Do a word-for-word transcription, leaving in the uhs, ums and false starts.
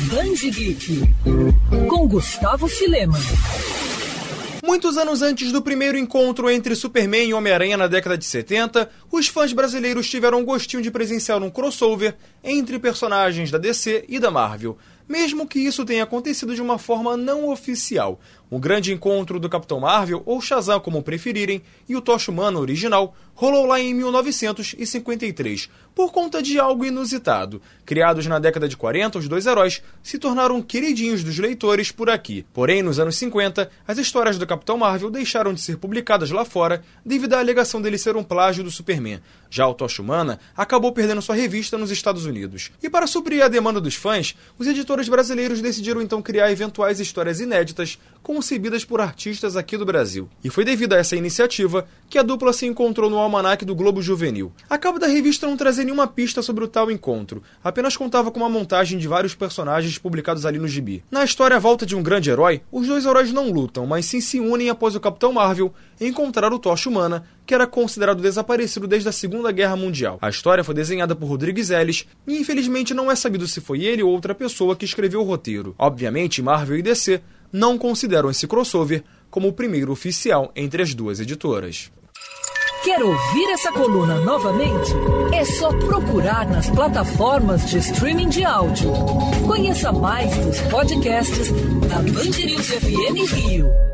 Band Geek, com Gustavo Filema. Muitos anos antes do primeiro encontro entre Superman e Homem-Aranha na década de setenta, os fãs brasileiros tiveram um gostinho de presenciar um crossover entre personagens da D C e da Marvel, mesmo que isso tenha acontecido de uma forma não oficial. O grande encontro do Capitão Marvel, ou Shazam como preferirem, e o Tocha Humana original, rolou lá em mil novecentos e cinquenta e três, por conta de algo inusitado. Criados na década de quarenta, os dois heróis se tornaram queridinhos dos leitores por aqui. Porém, nos anos cinquenta, as histórias do Capitão Marvel deixaram de ser publicadas lá fora devido à alegação dele ser um plágio do Superman. Já o Tocha Humana acabou perdendo sua revista nos Estados Unidos. E para suprir a demanda dos fãs, os editores brasileiros decidiram então criar eventuais histórias inéditas concebidas por artistas aqui do Brasil. E foi devido a essa iniciativa que a dupla se encontrou no almanaque do Globo Juvenil. A capa da revista não trazia nenhuma pista sobre o tal encontro, apenas contava com uma montagem de vários personagens publicados ali no gibi. Na história A Volta de um Grande Herói, os dois heróis não lutam, mas sim se unem após o Capitão Marvel encontrar o Tocha Humana, que era considerado desaparecido desde a Segunda Guerra Mundial. A história foi desenhada por Rodrigues Ellis e infelizmente não é sabido se foi ele ou outra pessoa que escreveu o roteiro. Obviamente, Marvel e D C não consideram esse crossover como o primeiro oficial entre as duas editoras. Quer ouvir essa coluna novamente? É só procurar nas plataformas de streaming de áudio. Conheça mais dos podcasts da Band News F M Rio.